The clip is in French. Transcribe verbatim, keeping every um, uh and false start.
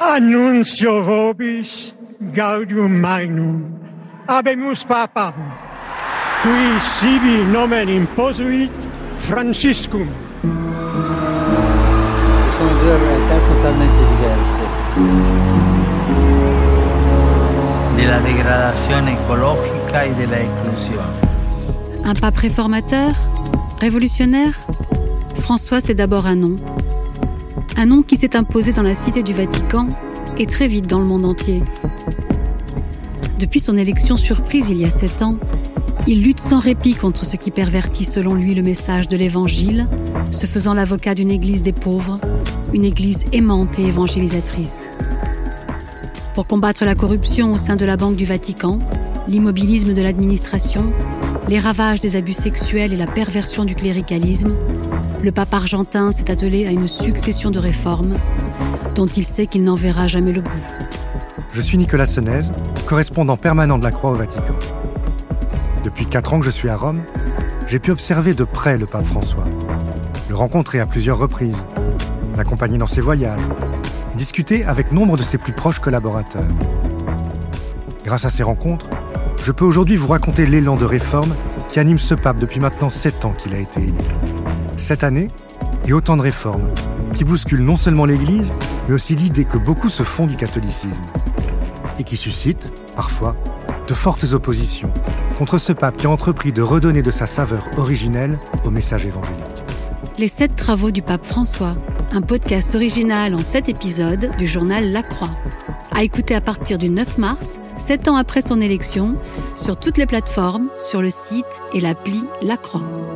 Annuncio vobis gaudium magnum, habemus papam, qui sibi nomen imposuit Franciscum. Sono due realtà totalmente diverse. De la degradación ecológica y de la exclusión. Un pape réformateur, révolutionnaire, François, c'est d'abord un nom. Un nom qui s'est imposé dans la cité du Vatican et très vite dans le monde entier. Depuis son élection surprise il y a sept ans, il lutte sans répit contre ce qui pervertit selon lui le message de l'Évangile, se faisant l'avocat d'une église des pauvres, une église aimante et évangélisatrice. Pour combattre la corruption au sein de la Banque du Vatican, l'immobilisme de l'administration, les ravages des abus sexuels et la perversion du cléricalisme, le pape argentin s'est attelé à une succession de réformes dont il sait qu'il n'en verra jamais le bout. Je suis Nicolas Senez, correspondant permanent de la Croix au Vatican. Depuis quatre ans que je suis à Rome, j'ai pu observer de près le pape François, le rencontrer à plusieurs reprises, l'accompagner dans ses voyages, discuter avec nombre de ses plus proches collaborateurs. Grâce à ces rencontres, je peux aujourd'hui vous raconter l'élan de réforme qui anime ce pape depuis maintenant sept ans qu'il a été élu. Cette année, et autant de réformes qui bousculent non seulement l'Église, mais aussi l'idée que beaucoup se font du catholicisme et qui suscitent, parfois, de fortes oppositions contre ce pape qui a entrepris de redonner de sa saveur originelle au message évangélique. Les sept travaux du pape François, un podcast original en sept épisodes du journal La Croix. À écouter à partir du neuf mars, sept ans après son élection, sur toutes les plateformes, sur le site et l'appli La Croix.